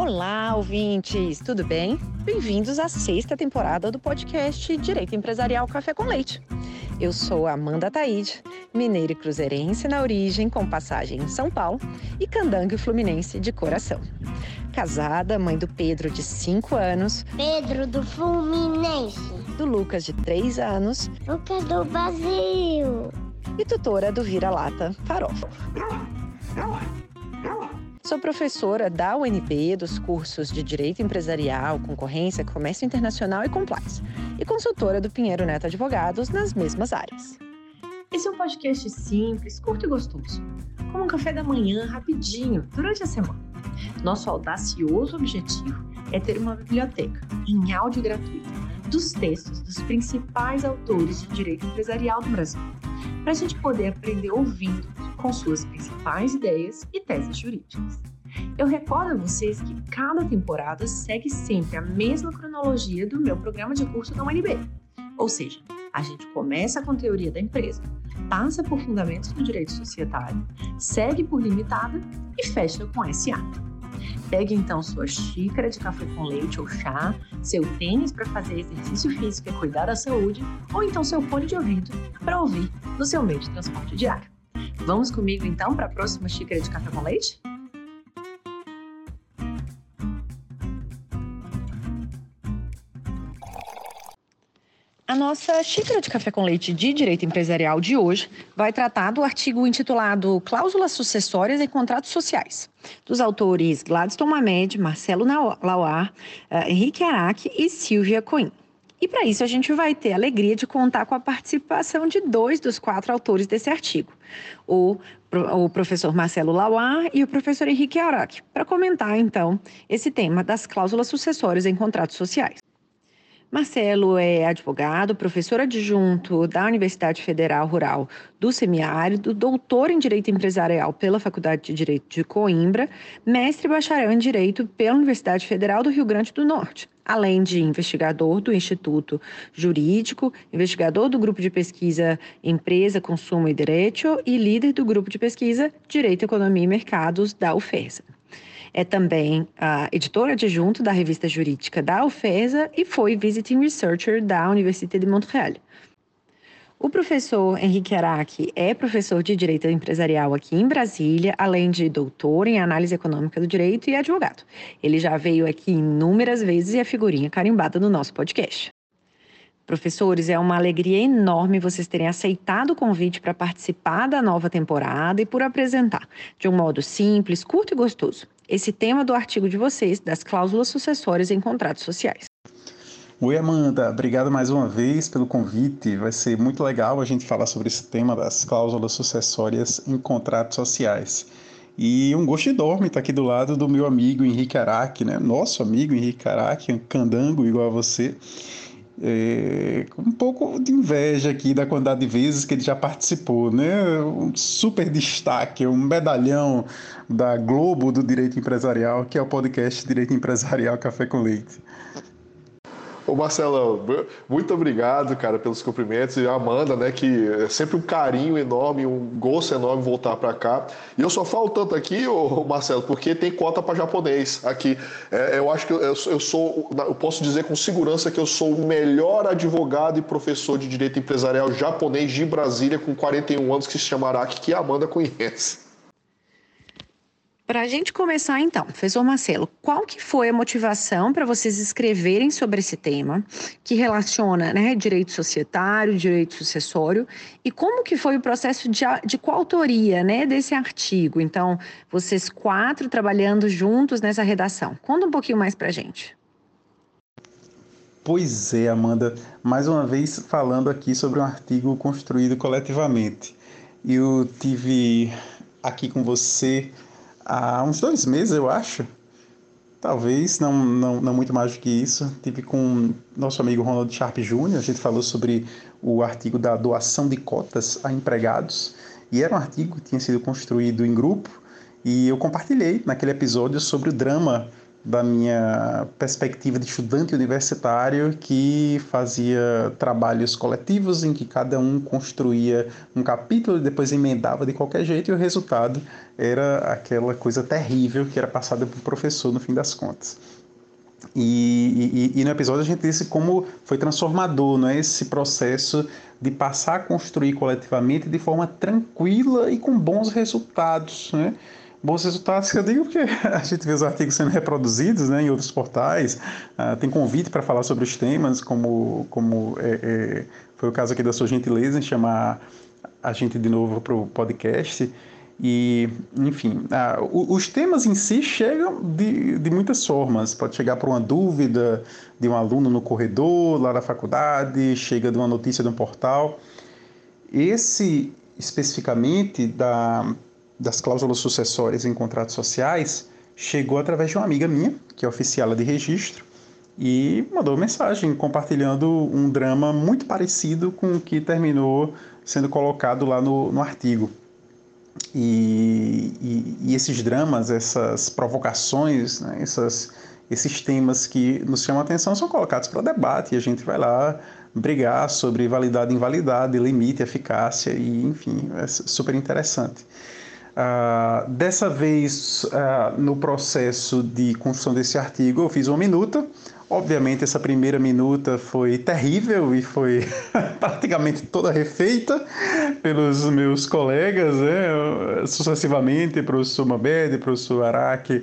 Olá, ouvintes! Tudo bem? Bem-vindos à 6ª temporada do podcast Direito Empresarial Café com Leite. Eu sou Amanda Taide, mineira e cruzeirense na origem, com passagem em São Paulo, e candango e fluminense de coração. Casada, mãe do Pedro, de 5 anos. Pedro do Fluminense. Do Lucas, de 3 anos. Lucas do Brasil. E tutora do Vira-Lata Farofa. Sou professora da UNB dos cursos de Direito Empresarial, Concorrência, Comércio Internacional e Compliance. E consultora do Pinheiro Neto Advogados nas mesmas áreas. Esse é um podcast simples, curto e gostoso. Como um café da manhã, rapidinho, durante a semana. Nosso audacioso objetivo é ter uma biblioteca, em áudio gratuito, dos textos dos principais autores de direito empresarial do Brasil, para a gente poder aprender ouvindo com suas principais ideias e teses jurídicas. Eu recordo a vocês que cada temporada segue sempre a mesma cronologia do meu programa de curso da UNB. Ou seja, a gente começa com teoria da empresa, passa por fundamentos do direito societário, segue por limitada e fecha com SA. Pegue então sua xícara de café com leite ou chá, seu tênis para fazer exercício físico e cuidar da saúde, ou então seu fone de ouvido para ouvir no seu meio de transporte diário. Vamos comigo então para a próxima xícara de café com leite? A nossa xícara de café com leite de direito empresarial de hoje vai tratar do artigo intitulado Cláusulas Sucessórias em Contratos Sociais, dos autores Gladstone Mamed, Marcelo Lauar, Henrique Araque e Silvia Coim. E para isso a gente vai ter a alegria de contar com a participação de 2 dos 4 autores desse artigo, o professor Marcelo Lauar e o professor Henrique Araque, para comentar então esse tema das cláusulas sucessórias em contratos sociais. Marcelo é advogado, professor adjunto da Universidade Federal Rural do Semiárido, doutor em Direito Empresarial pela Faculdade de Direito de Coimbra, mestre e bacharel em Direito pela Universidade Federal do Rio Grande do Norte, além de investigador do Instituto Jurídico, investigador do Grupo de Pesquisa Empresa, Consumo e Direito e líder do Grupo de Pesquisa Direito, Economia e Mercados da UFESA. É também editor adjunto da revista jurídica da UFESA e foi Visiting Researcher da Université de Montréal. O professor Henrique Araque é professor de Direito Empresarial aqui em Brasília, além de doutor em Análise Econômica do Direito e advogado. Ele já veio aqui inúmeras vezes e é figurinha carimbada no nosso podcast. Professores, é uma alegria enorme vocês terem aceitado o convite para participar da nova temporada e por apresentar, de um modo simples, curto e gostoso, esse tema do artigo de vocês, das cláusulas sucessórias em contratos sociais. Oi, Amanda. Obrigado mais uma vez pelo convite. Vai ser muito legal a gente falar sobre esse tema das cláusulas sucessórias em contratos sociais. E um gosto enorme estar aqui do lado do meu amigo Henrique Araque, né? Nosso amigo Henrique Araque, um candango igual a você. Com um pouco de inveja aqui da quantidade de vezes que ele já participou, né? Um super destaque, um medalhão da Globo do Direito Empresarial, que é o podcast Direito Empresarial Café com Leite. Ô Marcelão, muito obrigado, cara, pelos cumprimentos. E a Amanda, né, que é sempre um carinho enorme, um gosto enorme voltar para cá. E eu só falo tanto aqui, ô Marcelo, porque tem cota para japonês aqui. Eu acho que eu posso dizer com segurança que eu sou o melhor advogado e professor de direito empresarial japonês de Brasília, com 41 anos, que se chama Araki, que a Amanda conhece. Para a gente começar então, professor Marcelo, qual que foi a motivação para vocês escreverem sobre esse tema, que relaciona, né, direito societário, direito sucessório, e como que foi o processo de coautoria, né, desse artigo? Então, vocês 4 trabalhando juntos nessa redação. Conta um pouquinho mais para a gente. Pois é, Amanda, mais uma vez falando aqui sobre um artigo construído coletivamente. Eu tive aqui com você há uns 2 meses, eu acho. Talvez, não muito mais do que isso. Tive com nosso amigo Ronald Sharp Jr., a gente falou sobre o artigo da doação de cotas a empregados. E era um artigo que tinha sido construído em grupo e eu compartilhei naquele episódio sobre o drama da minha perspectiva de estudante universitário que fazia trabalhos coletivos em que cada um construía um capítulo e depois emendava de qualquer jeito, e o resultado era aquela coisa terrível que era passada para o professor no fim das contas. E no episódio a gente disse como foi transformador, né, esse processo de passar a construir coletivamente de forma tranquila e com bons resultados, né? Bons resultados que eu digo porque a gente vê os artigos sendo reproduzidos, né, em outros portais, tem convite para falar sobre os temas, como foi o caso aqui da sua gentileza em chamar a gente de novo para o podcast. E, enfim, os temas em si chegam de muitas formas. Pode chegar por uma dúvida de um aluno no corredor, lá da faculdade, chega de uma notícia de um portal. Esse, especificamente, das cláusulas sucessórias em contratos sociais, chegou através de uma amiga minha, que é oficiala de registro, e mandou mensagem compartilhando um drama muito parecido com o que terminou sendo colocado lá no artigo. E esses dramas, essas provocações, né, esses temas que nos chamam a atenção são colocados para debate e a gente vai lá brigar sobre validade e invalidade, limite, eficácia e, enfim, é super interessante. Dessa vez, no processo de construção desse artigo, eu fiz uma minuta. Obviamente, essa primeira minuta foi terrível e foi praticamente toda refeita pelos meus colegas, né? Sucessivamente, professor Mabed, professor Araque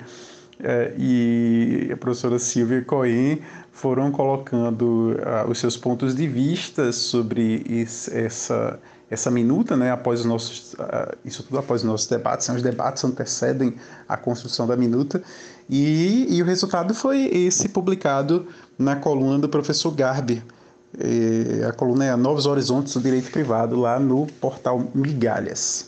e a professora Silvia Cohen foram colocando os seus pontos de vista sobre essa minuta, né? Após os nossos, isso tudo após os nossos debates, os debates antecedem a construção da minuta, e o resultado foi esse publicado na coluna do professor Garbi. A coluna é Novos Horizontes do Direito Privado, lá no portal Migalhas.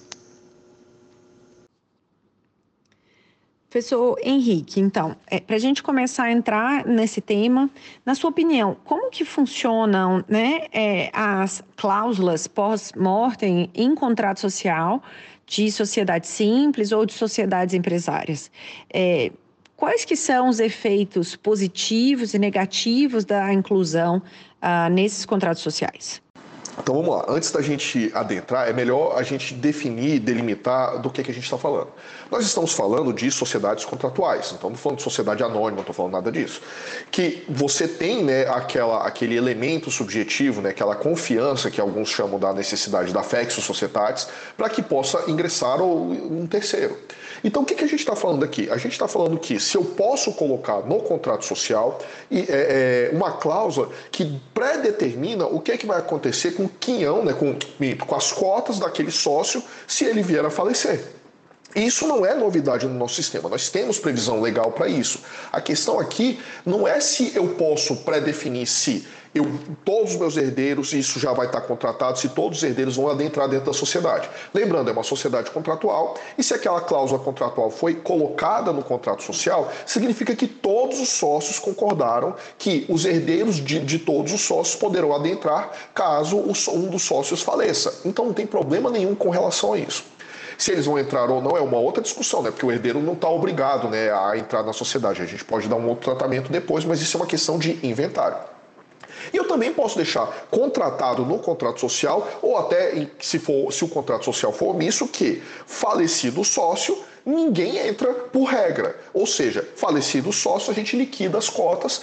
Professor Henrique, então, para a gente começar a entrar nesse tema, na sua opinião, como que funcionam, né, as cláusulas pós-mortem em contrato social de sociedade simples ou de sociedades empresárias? Quais que são os efeitos positivos e negativos da inclusão nesses contratos sociais? Então vamos lá, antes da gente adentrar, é melhor a gente definir, delimitar do que a gente está falando. Nós estamos falando de sociedades contratuais, então não estou falando de sociedade anônima, não estou falando nada disso. Que você tem, né, aquele elemento subjetivo, né, aquela confiança que alguns chamam da necessidade da fexo societatis, para que possa ingressar um terceiro. Então o que a gente está falando aqui? A gente está falando que se eu posso colocar no contrato social uma cláusula que predetermina o que é que vai acontecer com o quinhão, né, com as cotas daquele sócio se ele vier a falecer. Isso não é novidade no nosso sistema, nós temos previsão legal para isso. A questão aqui não é se eu posso predefinir se todos os meus herdeiros, isso já vai estar contratado, se todos os herdeiros vão adentrar dentro da sociedade. Lembrando, é uma sociedade contratual, e se aquela cláusula contratual foi colocada no contrato social, significa que todos os sócios concordaram que os herdeiros de todos os sócios poderão adentrar caso um dos sócios faleça. Então não tem problema nenhum com relação a isso. Se eles vão entrar ou não é uma outra discussão, né? Porque o herdeiro não está obrigado, né, a entrar na sociedade. A gente pode dar um outro tratamento depois, mas isso é uma questão de inventário. E eu também posso deixar contratado no contrato social, ou até, se o contrato social for omisso, que falecido o sócio, ninguém entra por regra. Ou seja, falecido o sócio, a gente liquida as cotas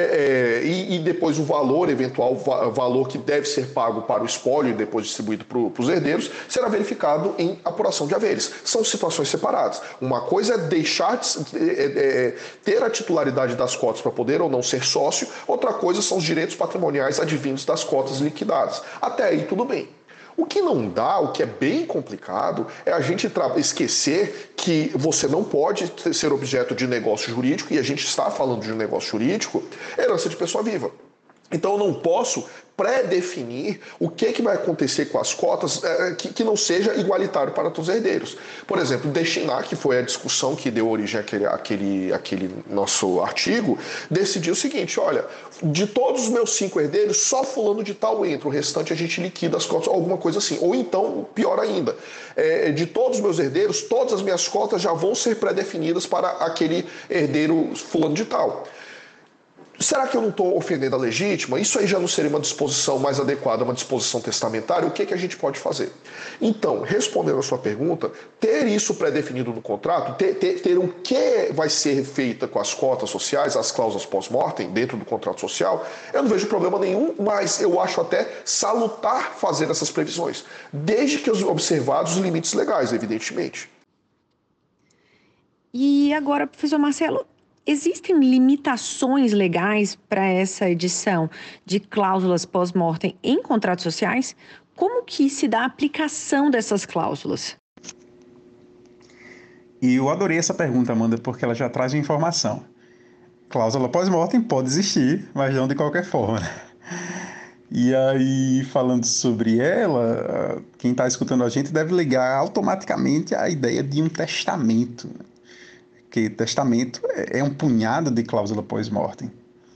e depois o valor, eventual valor que deve ser pago para o espólio e depois distribuído para os herdeiros, será verificado em apuração de haveres. São situações separadas. Uma coisa é deixar ter a titularidade das cotas para poder ou não ser sócio, outra coisa são os direitos patrimoniais advindos das cotas liquidadas. Até aí tudo bem. O que não dá, o que é bem complicado, é a gente esquecer que você não pode ser objeto de negócio jurídico, e a gente está falando de um negócio jurídico, herança de pessoa viva. Então eu não posso pré-definir o que vai acontecer com as cotas que não seja igualitário para todos os herdeiros. Por exemplo, destinar, que foi a discussão que deu origem àquele nosso artigo, decidiu o seguinte: olha, de todos os meus 5 herdeiros, só fulano de tal entra, o restante a gente liquida as cotas, alguma coisa assim. Ou então, pior ainda, de todos os meus herdeiros, todas as minhas cotas já vão ser pré-definidas para aquele herdeiro fulano de tal. Será que eu não estou ofendendo a legítima? Isso aí já não seria uma disposição mais adequada, uma disposição testamentária? O que a gente pode fazer? Então, respondendo a sua pergunta, ter isso pré-definido no contrato, ter o que vai ser feita com as cotas sociais, as cláusulas pós-mortem dentro do contrato social, eu não vejo problema nenhum, mas eu acho até salutar fazer essas previsões, desde que observados os limites legais, evidentemente. E agora, professor Marcelo, existem limitações legais para essa edição de cláusulas pós-mortem em contratos sociais? Como que se dá a aplicação dessas cláusulas? E eu adorei essa pergunta, Amanda, porque ela já traz uma informação. Cláusula pós-mortem pode existir, mas não de qualquer forma, né? E aí, falando sobre ela, quem está escutando a gente deve ligar automaticamente à ideia de um testamento, né? Porque testamento é um punhado de cláusula pós-mortem.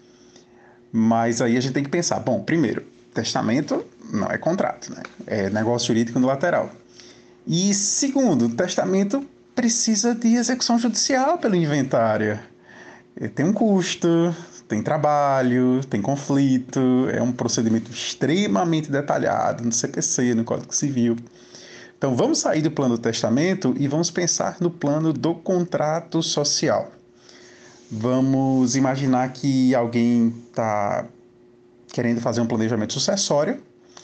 Mas aí a gente tem que pensar, bom, primeiro, testamento não é contrato, né? É negócio jurídico unilateral. E segundo, testamento precisa de execução judicial pelo inventário. Tem um custo, tem trabalho, tem conflito, é um procedimento extremamente detalhado no CPC, no Código Civil. Então, vamos sair do plano do testamento e vamos pensar no plano do contrato social. Vamos imaginar que alguém está querendo fazer um planejamento sucessório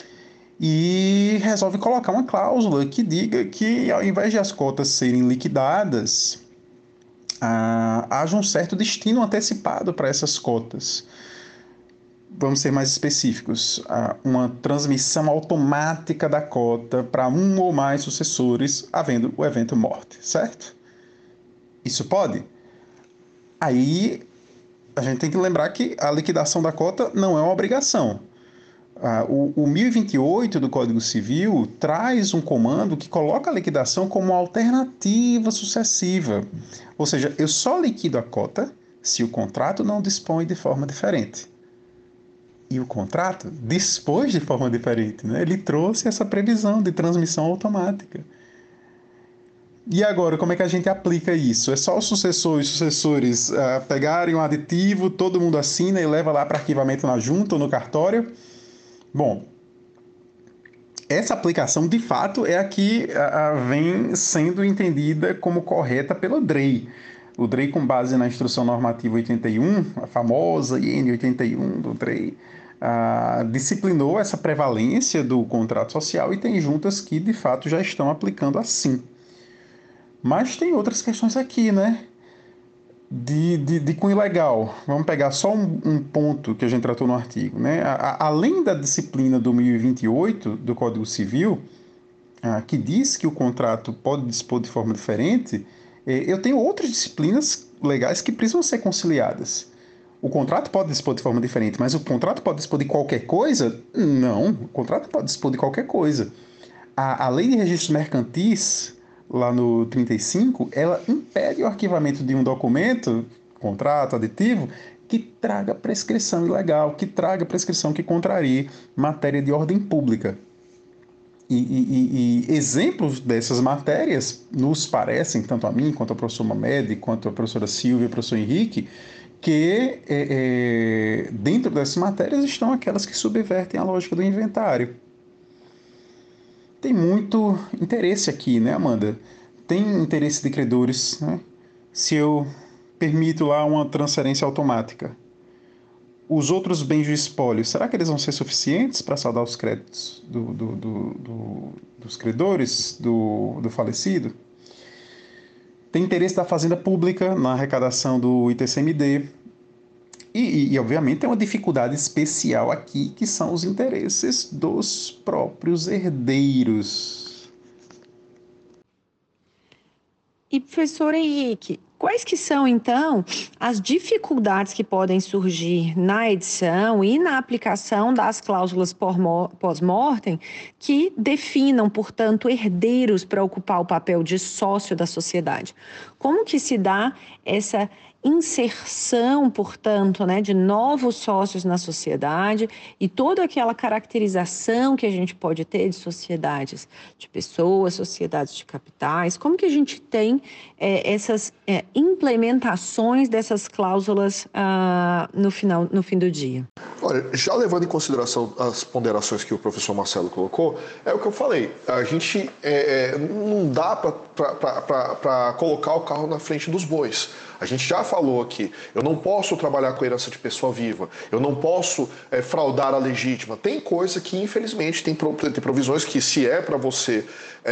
e resolve colocar uma cláusula que diga que, ao invés de as cotas serem liquidadas, haja um certo destino antecipado para essas cotas. Vamos ser mais específicos, uma transmissão automática da cota para um ou mais sucessores, havendo o evento morte, certo? Isso pode? Aí a gente tem que lembrar que a liquidação da cota não é uma obrigação. O 1028 do Código Civil traz um comando que coloca a liquidação como uma alternativa sucessiva. Ou seja, eu só liquido a cota se o contrato não dispõe de forma diferente. E o contrato dispôs de forma diferente, né? Ele trouxe essa previsão de transmissão automática. E agora, como é que a gente aplica isso? É só os sucessores pegarem um aditivo, todo mundo assina e leva lá para arquivamento na junta ou no cartório? Bom, essa aplicação, de fato, é a que vem sendo entendida como correta pelo DREI. O DREI, com base na Instrução Normativa 81, a famosa IN 81 do DREI, disciplinou essa prevalência do contrato social e tem juntas que, de fato, já estão aplicando assim. Mas tem outras questões aqui, né? De cunho legal. Vamos pegar só um ponto que a gente tratou no artigo, né? Além da disciplina do 1028 do Código Civil, que diz que o contrato pode dispor de forma diferente, eu tenho outras disciplinas legais que precisam ser conciliadas. O contrato pode dispor de forma diferente, mas o contrato pode dispor de qualquer coisa? Não, o contrato pode dispor de qualquer coisa. A Lei de Registros Mercantis, lá no 35, ela impede o arquivamento de um documento, contrato, aditivo, que traga prescrição ilegal, que traga prescrição que contrarie matéria de ordem pública. E exemplos dessas matérias nos parecem, tanto a mim, quanto ao professor Mamed, quanto a professora Silvia e o professor Henrique, que dentro dessas matérias estão aquelas que subvertem a lógica do inventário. Tem muito interesse aqui, né, Amanda? Tem interesse de credores, né? Se eu permito lá uma transferência automática, os outros bens de espólio, será que eles vão ser suficientes para saldar os créditos dos credores do falecido? Tem interesse da Fazenda Pública na arrecadação do ITCMD. E, obviamente, tem uma dificuldade especial aqui, que são os interesses dos próprios herdeiros. E, professor Henrique, Quais que são, então, as dificuldades que podem surgir na edição e na aplicação das cláusulas pós-mortem que definam, portanto, herdeiros para ocupar o papel de sócio da sociedade? Como que se dá essa inserção, portanto, né, de novos sócios na sociedade e toda aquela caracterização que a gente pode ter de sociedades de pessoas, sociedades de capitais, como que a gente tem essas implementações dessas cláusulas no fim do dia? Olha, já levando em consideração as ponderações que o professor Marcelo colocou, é o que eu falei, a gente não dá para colocar o carro na frente dos bois. A gente já falou aqui, eu não posso trabalhar com herança de pessoa viva, eu não posso fraudar a legítima. Tem coisa que, infelizmente, tem provisões que se é para você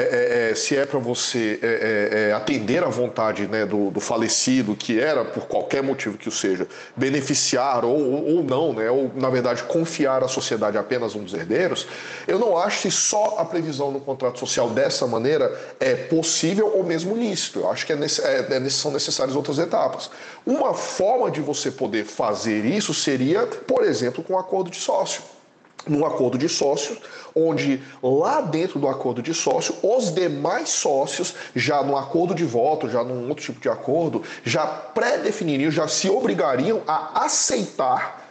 atender à vontade, né, do falecido, que era, por qualquer motivo que o seja, beneficiar ou não, né, ou, na verdade, confiar à sociedade apenas um dos herdeiros, eu não acho que só a previsão no contrato social dessa maneira é possível ou mesmo lícito. Eu acho que são necessárias outras etapas. Uma forma de você poder fazer isso seria, por exemplo, com um acordo de sócio. Num acordo de sócio, onde lá dentro do acordo de sócio, os demais sócios, já no acordo de voto, já num outro tipo de acordo, já pré-definiriam, já se obrigariam a aceitar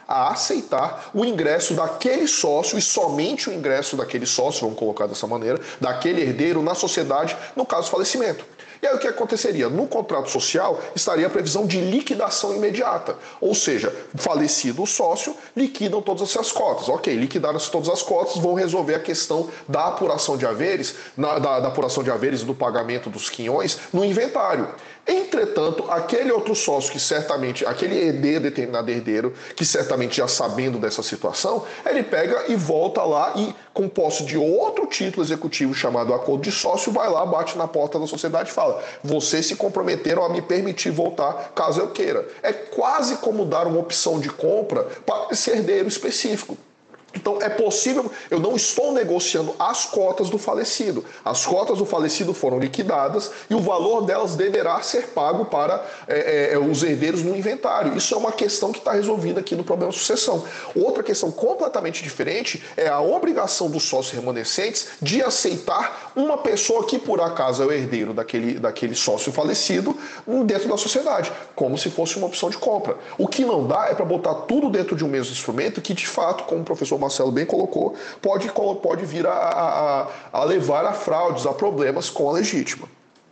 o ingresso daquele sócio e somente o ingresso daquele sócio, vamos colocar dessa maneira, daquele herdeiro na sociedade, no caso do falecimento. E aí o que aconteceria? No contrato social estaria a previsão de liquidação imediata. Ou seja, falecido o sócio, liquidam todas essas cotas. Ok, liquidaram todas as cotas, vão resolver a questão da apuração de haveres, da apuração de haveres do pagamento dos quinhões no inventário. Entretanto, aquele outro sócio que certamente, aquele determinado herdeiro, que certamente já sabendo dessa situação, ele pega e volta lá e, com posse de outro título executivo chamado acordo de sócio, vai lá, bate na porta da sociedade e fala: vocês se comprometeram a me permitir voltar caso eu queira. É quase como dar uma opção de compra para esse herdeiro específico. Então é possível, eu não estou negociando as cotas do falecido. As cotas do falecido foram liquidadas e o valor delas deverá ser pago para os herdeiros no inventário. Isso é uma questão que está resolvida aqui no problema de sucessão. Outra questão completamente diferente é a obrigação dos sócios remanescentes de aceitar uma pessoa que por acaso é o herdeiro daquele sócio falecido dentro da sociedade, como se fosse uma opção de compra. O que não dá é para botar tudo dentro de um mesmo instrumento que, de fato, como o professor Marcelo bem colocou, pode vir a levar a fraudes, a problemas com a legítima.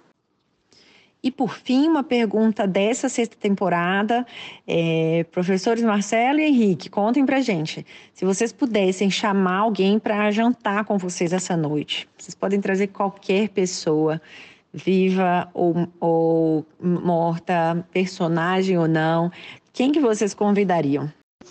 E, por fim, uma pergunta dessa sexta temporada. Professores Marcelo e Henrique, contem pra gente. Se vocês pudessem chamar alguém para jantar com vocês essa noite, vocês podem trazer qualquer pessoa, viva ou morta, personagem ou não. Quem que vocês convidariam?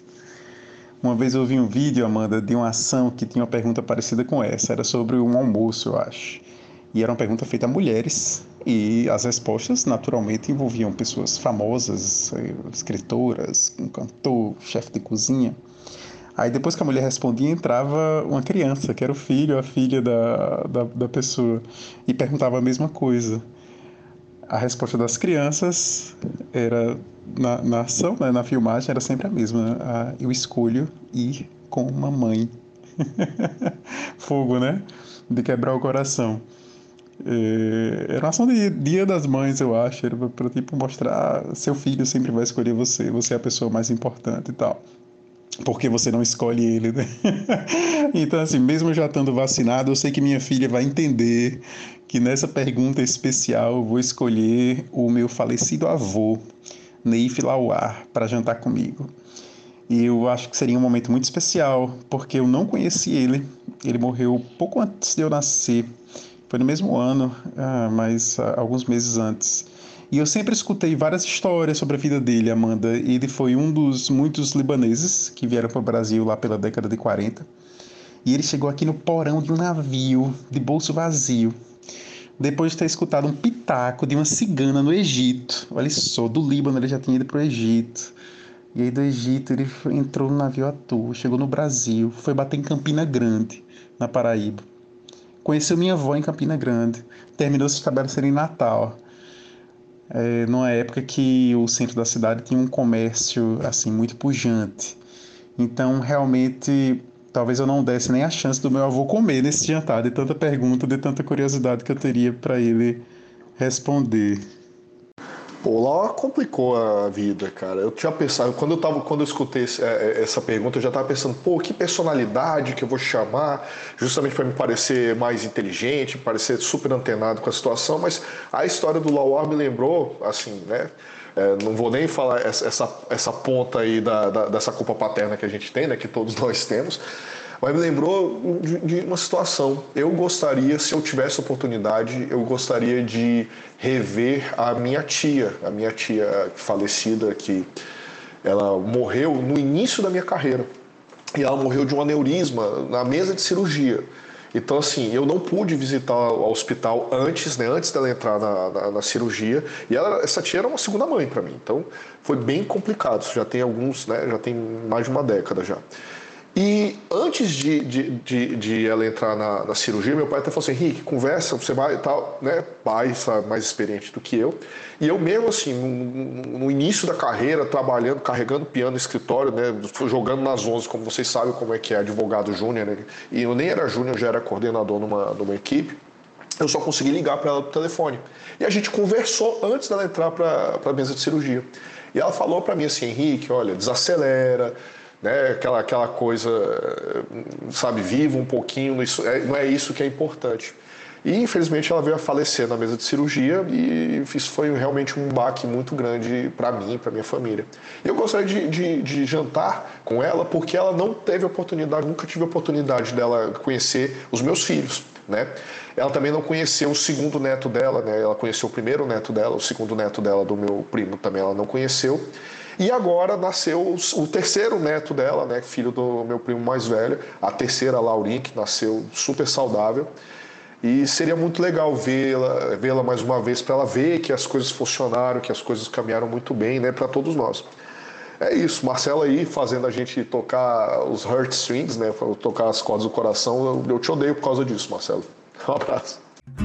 Uma vez eu vi um vídeo, Amanda, de uma ação que tinha uma pergunta parecida com essa. Era sobre um almoço, eu acho. E era uma pergunta feita a mulheres. E as respostas, naturalmente, envolviam pessoas famosas, escritoras, um cantor, chefe de cozinha. Aí depois que a mulher respondia, entrava uma criança, que era o filho, a filha da pessoa. E perguntava a mesma coisa. A resposta das crianças era, na ação, né, na filmagem, era sempre a mesma. Eu escolho ir com mamãe. Fogo, né? De quebrar o coração. Era uma ação de Dia das Mães, eu acho. Era para tipo, mostrar: seu filho sempre vai escolher você. Você é a pessoa mais importante e tal. Porque você não escolhe ele, né? Então, assim, mesmo já estando vacinado, eu sei que minha filha vai entender que nessa pergunta especial eu vou escolher o meu falecido avô, Neif Lauar, para jantar comigo. E eu acho que seria um momento muito especial, porque eu não conheci ele. Ele morreu pouco antes de eu nascer. Foi no mesmo ano, mas alguns meses antes. E eu sempre escutei várias histórias sobre a vida dele, Amanda. Ele foi um dos muitos libaneses que vieram para o Brasil lá pela década de 40. E ele chegou aqui no porão de um navio, de bolso vazio, depois de ter escutado um pitaco de uma cigana no Egito. Olha só, do Líbano ele já tinha ido para o Egito. E aí do Egito ele entrou no navio à toa, chegou no Brasil, foi bater em Campina Grande, na Paraíba. Conheceu minha avó em Campina Grande, terminou se estabelecendo em Natal. numa época que o centro da cidade tinha um comércio assim muito pujante. Então, realmente, talvez eu não desse nem a chance do meu avô comer nesse jantar, de tanta pergunta, de tanta curiosidade que eu teria para ele responder. Pô, lá complicou a vida, cara. Eu tinha pensado, quando eu escutei essa pergunta, eu já estava pensando, pô, que personalidade que eu vou chamar, justamente para me parecer mais inteligente, parecer super antenado com a situação, mas a história do Lauar me lembrou, assim, né? Não vou nem falar essa ponta aí dessa culpa paterna que a gente tem, né? Que todos nós temos. Mas me lembrou de uma situação. Eu gostaria, se eu tivesse oportunidade, eu gostaria de rever a minha tia falecida, que ela morreu no início da minha carreira. E ela morreu de um aneurisma na mesa de cirurgia. Então, assim, eu não pude visitar o hospital antes dela entrar na cirurgia. E essa tia era uma segunda mãe para mim. Então, foi bem complicado. Isso já tem já tem mais de uma década já. E antes de ela entrar na cirurgia, meu pai até falou assim, Henrique, conversa, você vai e tal, né? Pai, mais experiente do que eu. E eu mesmo, assim, no início da carreira, trabalhando, carregando piano no escritório, né? Jogando nas 11, como vocês sabem como é que é advogado júnior, né? E eu nem era júnior, eu já era coordenador numa equipe. Eu só consegui ligar para ela por telefone. E a gente conversou antes dela entrar para a mesa de cirurgia. E ela falou para mim assim, Henrique, olha, desacelera, né, aquela coisa, sabe, viva um pouquinho, não é isso que é importante. E infelizmente ela veio a falecer na mesa de cirurgia e isso foi realmente um baque muito grande para mim e para minha família. Eu gostaria de jantar com ela porque ela não teve oportunidade, nunca tive a oportunidade dela conhecer os meus filhos, né? Ela também não conheceu o segundo neto dela, né? Ela conheceu o primeiro neto dela, o segundo neto dela do meu primo também ela não conheceu. E agora nasceu o terceiro neto dela, né, filho do meu primo mais velho, a terceira, Laurinha, que nasceu super saudável. E seria muito legal vê-la mais uma vez, para ela ver que as coisas funcionaram, que as coisas caminharam muito bem, né, para todos nós. É isso, Marcelo aí fazendo a gente tocar os heartstrings, né, tocar as cordas do coração. Eu te odeio por causa disso, Marcelo. Um abraço.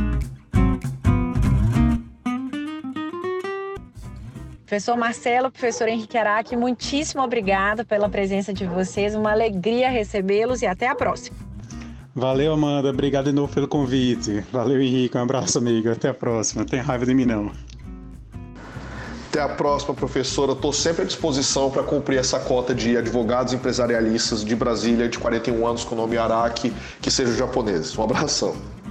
Professor Marcelo, professor Henrique Araque, muitíssimo obrigada pela presença de vocês, uma alegria recebê-los e até a próxima. Valeu, Amanda, obrigado de novo pelo convite. Valeu, Henrique, um abraço, amigo, até a próxima, não tem raiva de mim não. Até a próxima, professora, estou sempre à disposição para cumprir essa cota de advogados empresarialistas de Brasília de 41 anos com o nome Araque, que sejam japoneses. Um abração.